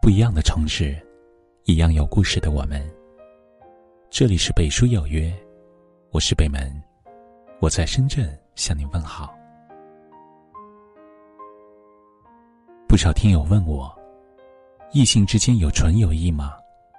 不一样的城市，一样有故事的我们。这里是北书有约，我是北门，我在深圳向你问好。不少听友问我，异性之间有纯友谊吗？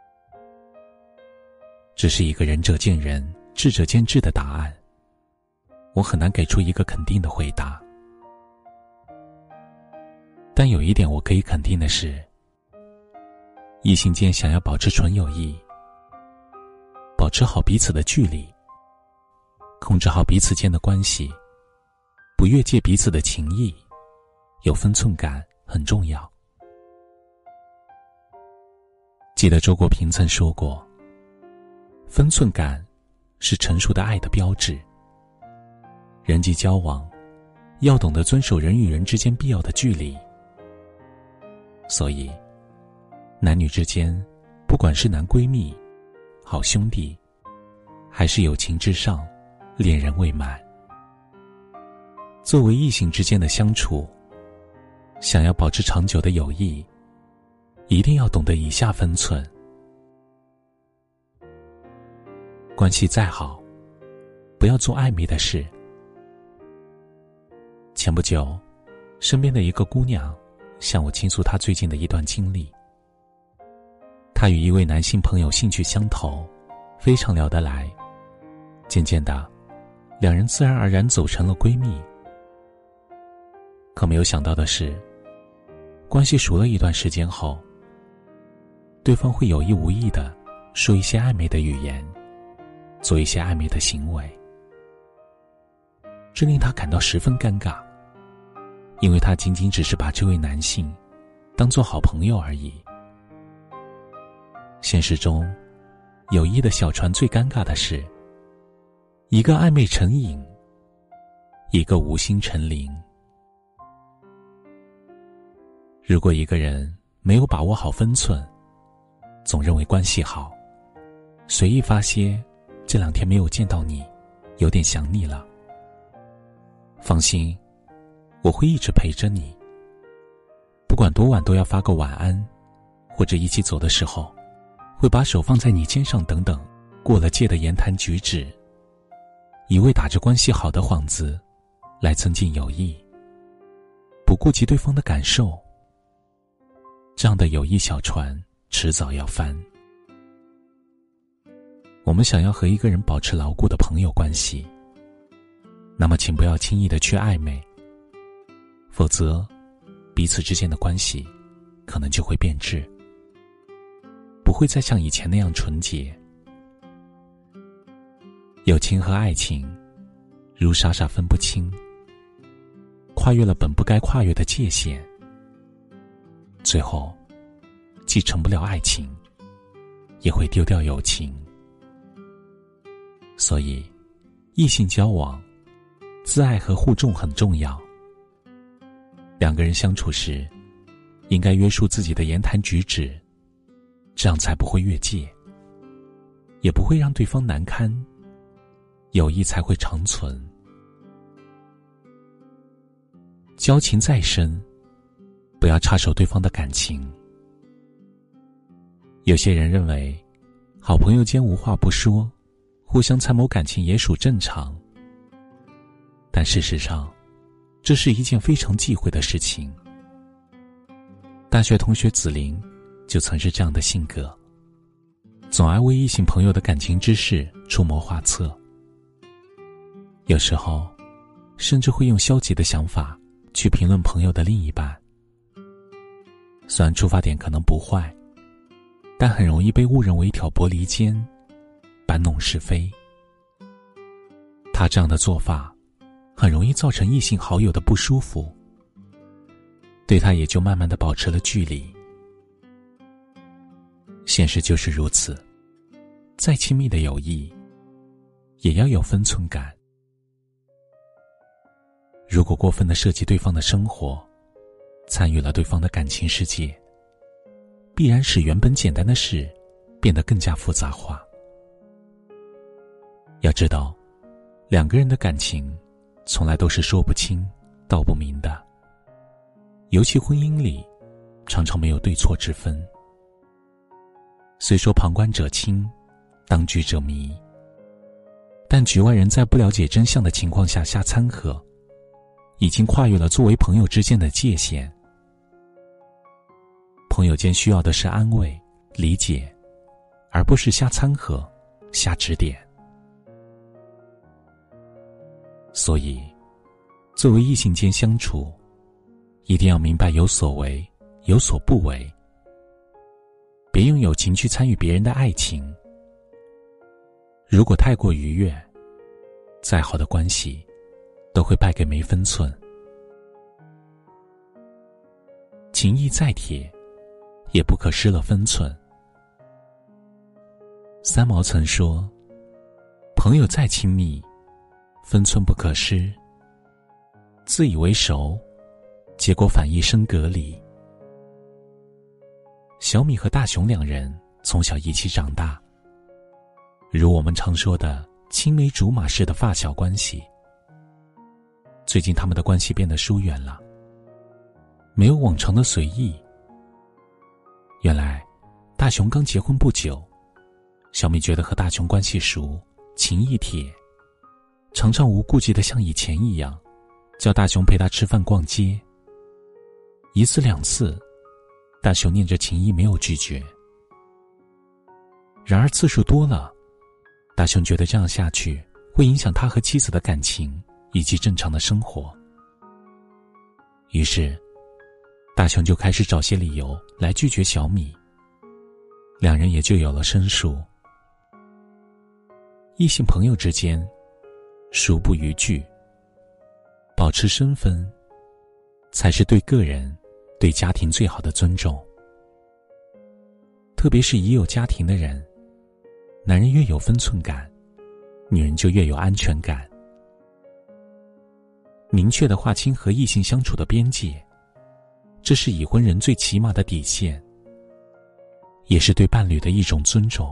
这是一个仁者见仁，智者见智的答案，我很难给出一个肯定的回答。但有一点我可以肯定的是，异性间想要保持纯友谊，保持好彼此的距离，控制好彼此间的关系，不越界彼此的情谊，有分寸感很重要。记得周国平曾说过，分寸感是成熟的爱的标志。人际交往要懂得遵守人与人之间必要的距离。所以男女之间，不管是男闺蜜、好兄弟，还是友情之上，恋人未满，作为异性之间的相处，想要保持长久的友谊，一定要懂得以下分寸。关系再好，不要做暧昧的事。前不久，身边的一个姑娘向我倾诉她最近的一段经历。她与一位男性朋友兴趣相投，非常聊得来，渐渐的，两人自然而然走成了闺蜜。可没有想到的是，关系熟了一段时间后，对方会有意无意地说一些暧昧的语言，做一些暧昧的行为，这令她感到十分尴尬，因为她仅仅只是把这位男性当作好朋友而已。现实中，友谊的小船最尴尬的是，一个暧昧成瘾，一个无心成灵。如果一个人没有把握好分寸，总认为关系好，随意发些这两天没有见到你，有点想你了，放心，我会一直陪着你，不管多晚都要发个晚安，或者一起走的时候会把手放在你肩上等等过了界的言谈举止，一味打着关系好的幌子来增进友谊，不顾及对方的感受，这样的友谊小船迟早要翻。我们想要和一个人保持牢固的朋友关系，那么请不要轻易的去暧昧，否则彼此之间的关系可能就会变质，不会再像以前那样纯洁。友情和爱情如傻傻分不清，跨越了本不该跨越的界限，最后既成不了爱情，也会丢掉友情。所以异性交往，自爱和互重很重要。两个人相处时，应该约束自己的言谈举止，这样才不会越界，也不会让对方难堪，友谊才会长存。交情再深，不要插手对方的感情。有些人认为，好朋友间无话不说，互相参谋感情也属正常，但事实上，这是一件非常忌讳的事情。大学同学子琳就曾是这样的性格，总爱为异性朋友的感情之事出谋划策，有时候甚至会用消极的想法去评论朋友的另一半。虽然出发点可能不坏，但很容易被误认为挑拨离间，搬弄是非。他这样的做法很容易造成异性好友的不舒服，对他也就慢慢地保持了距离。现实就是如此，再亲密的友谊也要有分寸感。如果过分地涉及对方的生活，参与了对方的感情世界，必然使原本简单的事变得更加复杂化。要知道，两个人的感情从来都是说不清道不明的，尤其婚姻里常常没有对错之分。虽说旁观者清，当局者迷，但局外人在不了解真相的情况下瞎掺和，已经跨越了作为朋友之间的界限。朋友间需要的是安慰、理解，而不是瞎掺和、瞎指点。所以，作为异性间相处，一定要明白有所为，有所不为。别用友情去参与别人的爱情。如果太过愉悦，再好的关系都会败给没分寸。情谊再铁，也不可失了分寸。三毛曾说，朋友再亲密，分寸不可失。自以为熟，结果反一生隔离。小米和大雄两人从小一起长大，如我们常说的青梅竹马式的发小关系。最近他们的关系变得疏远了，没有往常的随意。原来大雄刚结婚不久，小米觉得和大雄关系熟，情谊铁，常常无顾忌的像以前一样叫大雄陪他吃饭逛街。一次两次，大雄念着情谊没有拒绝。然而次数多了，大雄觉得这样下去会影响他和妻子的感情以及正常的生活。于是大雄就开始找些理由来拒绝小米，两人也就有了生疏。异性朋友之间，熟不逾矩，保持身份，才是对个人、对家庭最好的尊重。特别是已有家庭的人，男人越有分寸感，女人就越有安全感。明确地划清和异性相处的边界，这是已婚人最起码的底线，也是对伴侣的一种尊重。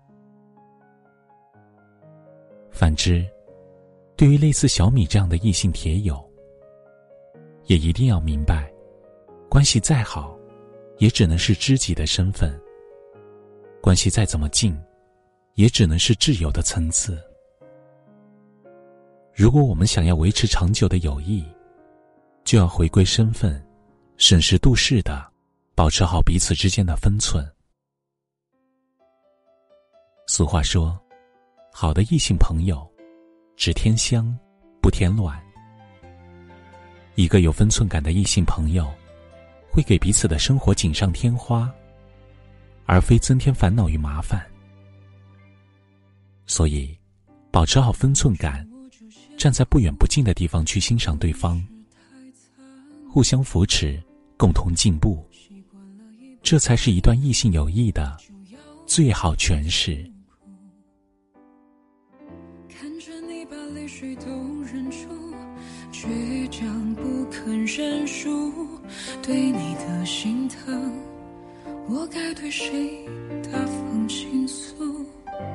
反之，对于类似小米这样的异性铁友，也一定要明白，关系再好，也只能是知己的身份；关系再怎么近，也只能是挚友的层次。如果我们想要维持长久的友谊，就要回归身份，审时度势地保持好彼此之间的分寸。俗话说，好的异性朋友只添香不添乱。一个有分寸感的异性朋友，会给彼此的生活锦上添花，而非增添烦恼与麻烦。所以保持好分寸感，站在不远不近的地方去欣赏对方，互相扶持，共同进步，这才是一段异性友谊的最好诠释。 看着你把泪水都忍住，倔强不肯认输，对你的心疼，我该对谁大方倾诉？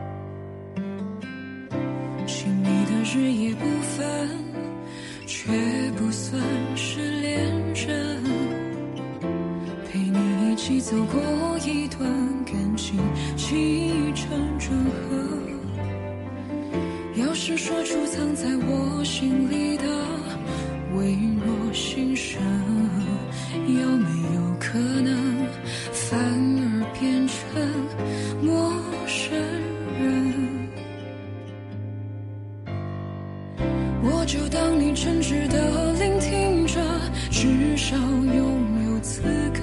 亲密的日夜不分，却不算是恋人，陪你一起走过一段感情起承转合。要是说出藏在我心里的微弱心声，有没有可能反而变成陌生人？我就当你真挚的聆听着，至少拥有资格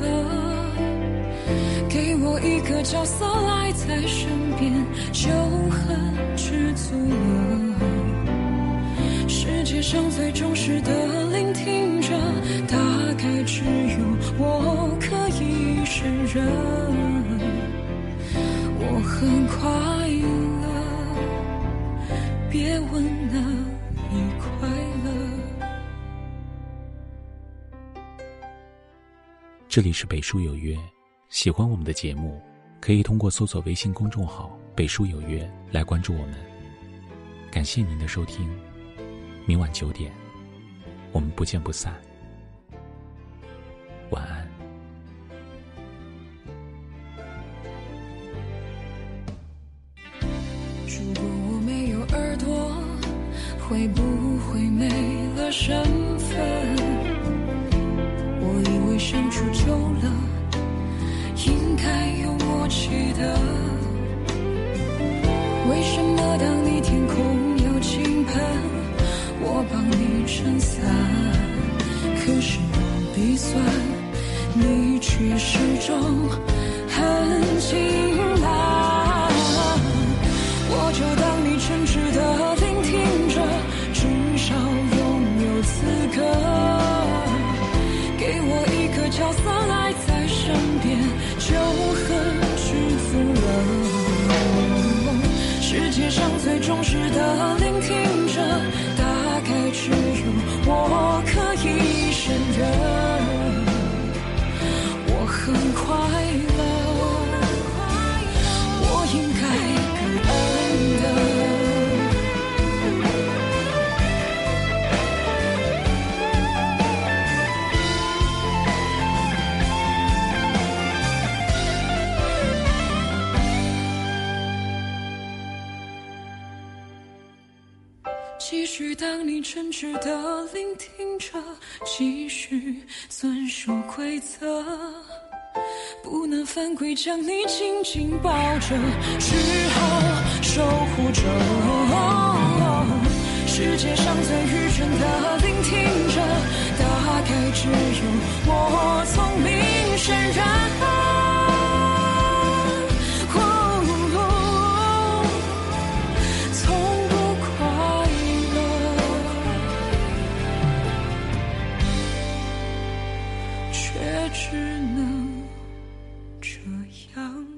给我一个角色赖在身边，就很知足了。世界上最忠实的聆听者，大概只有我可以胜任。我很快乐，别问哪里快乐。 这里是北书有约，喜欢我们的节目，可以通过搜索微信公众号北书有约来关注我们。感谢您的收听，明晚9点，我们不见不散。晚安。 我帮你撑伞，可是用笔算，你却始终很轻懒。我就当你诚挚的聆听着，至少拥有资格给我一个角色赖在身边，就很知足了。世界上最忠实的聆听者，大概只有我可以胜任。我很快乐，我应该感恩的。继续当你诚挚的聆听着，继续遵守规则，不能犯规将你紧紧抱着，只好守护着。世界上最愚蠢的聆听者，大概只有我聪明胜任。却只能这样。